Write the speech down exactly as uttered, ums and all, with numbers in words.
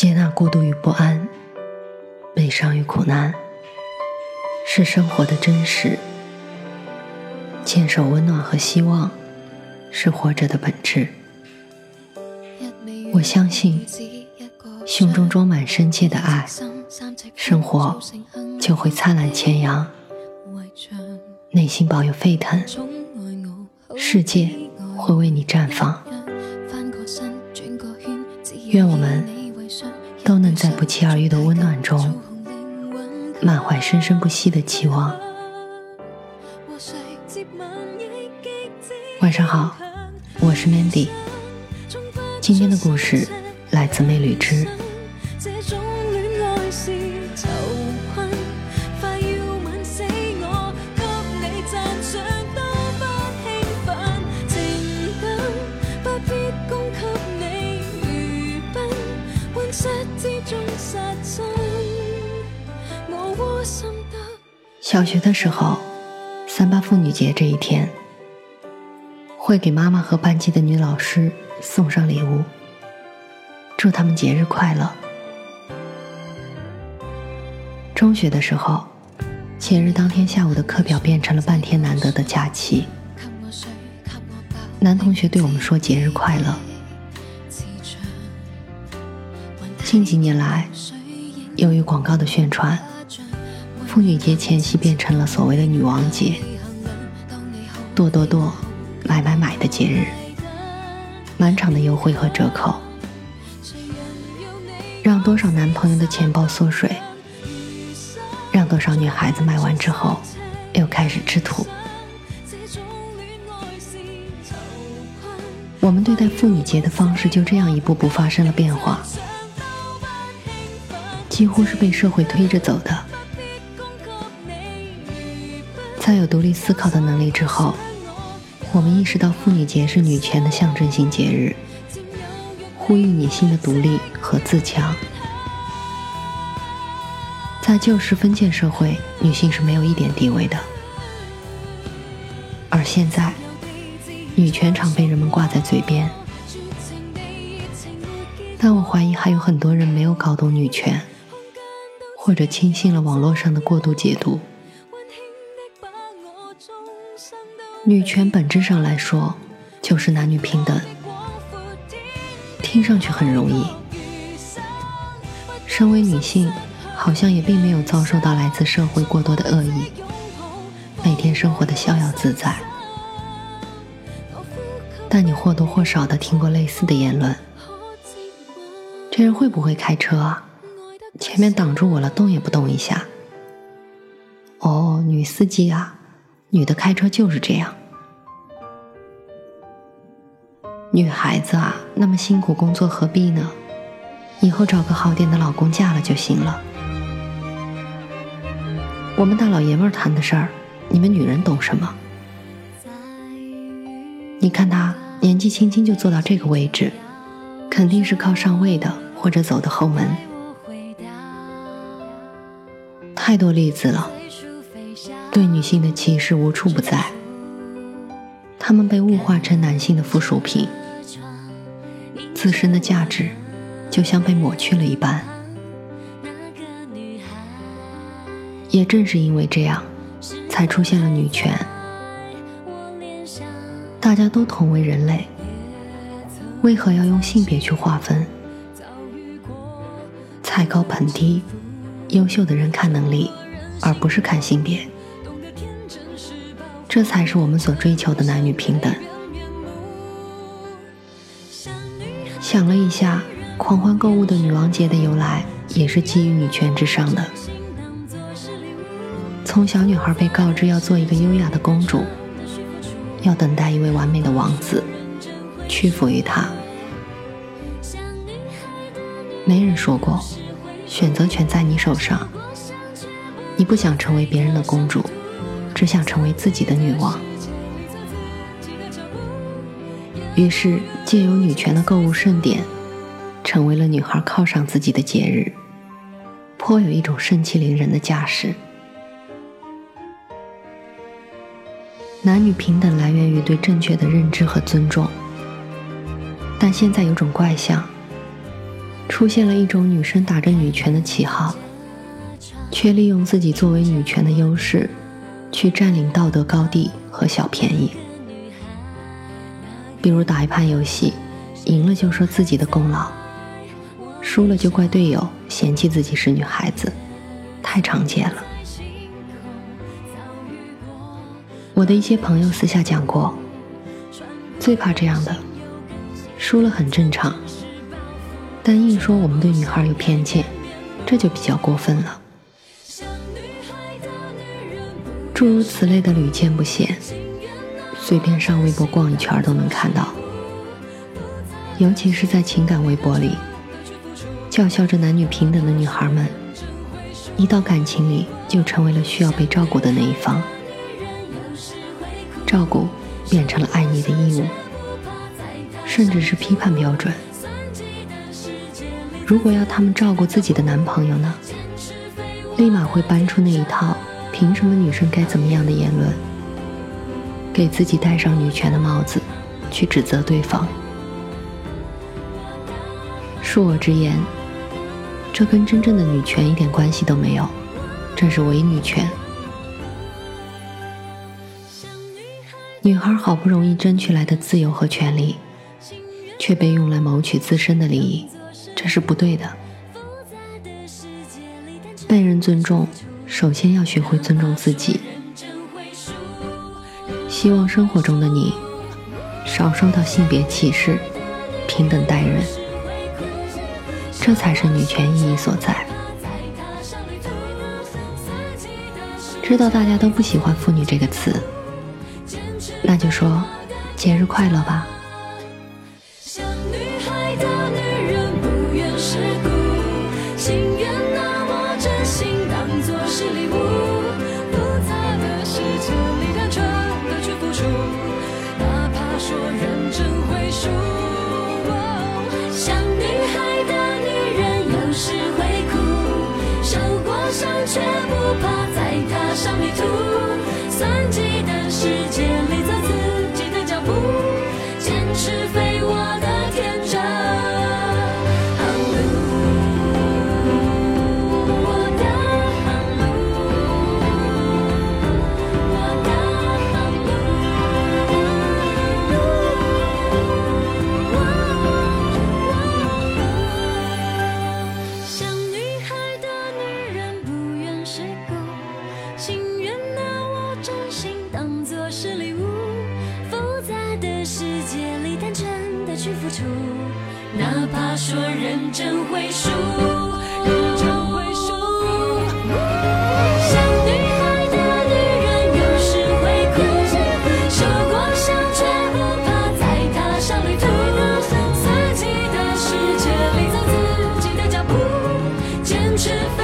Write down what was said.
接纳孤独与不安，悲伤与苦难，是生活的真实。坚守温暖和希望，是活着的本质。我相信，胸中装满深切的爱，生活就会灿烂千阳；内心保有沸腾，世界会为你绽放。愿我们都能在不期而遇的温暖中，满怀生生不息的期望。晚上好，我是 Mandy。 今天的故事来自魅旅之小学的时候，三八妇女节这一天，会给妈妈和班级的女老师送上礼物，祝他们节日快乐。中学的时候，节日当天下午的课表变成了半天难得的假期，男同学对我们说节日快乐。近几年来，由于广告的宣传，妇女节前夕变成了所谓的女王节，剁剁剁买买买的节日，满场的优惠和折扣，让多少男朋友的钱包缩水，让多少女孩子买完之后又开始吃土。我们对待妇女节的方式就这样一步步发生了变化，几乎是被社会推着走的。在有独立思考的能力之后，我们意识到妇女节是女权的象征性节日，呼吁女性的独立和自强。在旧时封建社会，女性是没有一点地位的，而现在女权常被人们挂在嘴边，但我怀疑还有很多人没有搞懂女权，或者轻信了网络上的过度解读。女权本质上来说就是男女平等，听上去很容易，身为女性好像也并没有遭受到来自社会过多的恶意，每天生活的逍遥自在。但你或多或少地听过类似的言论，这人会不会开车啊？前面挡住我了，动也不动一下。哦，女司机啊，女的开车就是这样。女孩子啊，那么辛苦工作何必呢？以后找个好点的老公嫁了就行了。我们大老爷们儿谈的事儿，你们女人懂什么？你看他年纪轻轻就做到这个位置，肯定是靠上位的，或者走的后门。太多例子了，对女性的歧视无处不在，她们被物化成男性的附属品，自身的价值就像被抹去了一般。也正是因为这样，才出现了女权。大家都同为人类，为何要用性别去划分？菜高盆低，优秀的人看能力，而不是看性别，这才是我们所追求的男女平等。想了一下，狂欢购物的女王节的由来也是基于女权之上的。从小女孩被告知要做一个优雅的公主，要等待一位完美的王子，屈服于他。没人说过选择权在你手上，你不想成为别人的公主，只想成为自己的女王。于是借由女权的购物盛典，成为了女孩犒赏自己的节日，颇有一种盛气凌人的架势。男女平等来源于对正确的认知和尊重，但现在有种怪象， 出现了一种女生打着女权的旗号，却利用自己作为女权的优势去占领道德高地和小便宜。比如打一盘游戏，赢了就说自己的功劳，输了就怪队友，嫌弃自己是女孩子，太常见了。我的一些朋友私下讲过，最怕这样的，输了很正常，但硬说我们对女孩有偏见，这就比较过分了。诸如此类的屡见不鲜，随便上微博逛一圈都能看到。尤其是在情感微博里，叫嚣着男女平等的女孩们，一到感情里就成为了需要被照顾的那一方，照顾变成了爱你的义务，甚至是批判标准。如果要他们照顾自己的男朋友呢，立马会搬出那一套凭什么女生该怎么样的言论，给自己戴上女权的帽子，去指责对方。恕我直言，这跟真正的女权一点关系都没有，这是伪女权。女孩好不容易争取来的自由和权利，却被用来谋取自身的利益，这是不对的。被人尊重，首先要学会尊重自己。希望生活中的你少受到性别歧视，平等待人，这才是女权意义所在。知道大家都不喜欢妇女这个词，那就说节日快乐吧。 像女孩的女人不愿世故，心愿那么真心当作是礼物，复杂的世界里单纯的去付出，哪怕说认真会输。像女孩的女人有时会哭，受过伤却不怕再踏上旅途，算计的世界里走自己的脚步，坚持非我的天真。航路，我的航路，我的航路。像女孩的女人不愿谁够，情愿拿我真心当作是礼物，复杂的世界里单纯的去付出，哪怕说认真会输，认真会输。像女孩的女人有时会哭，受过伤却不怕再踏上旅途，自己的世界里走自己的脚步，坚持。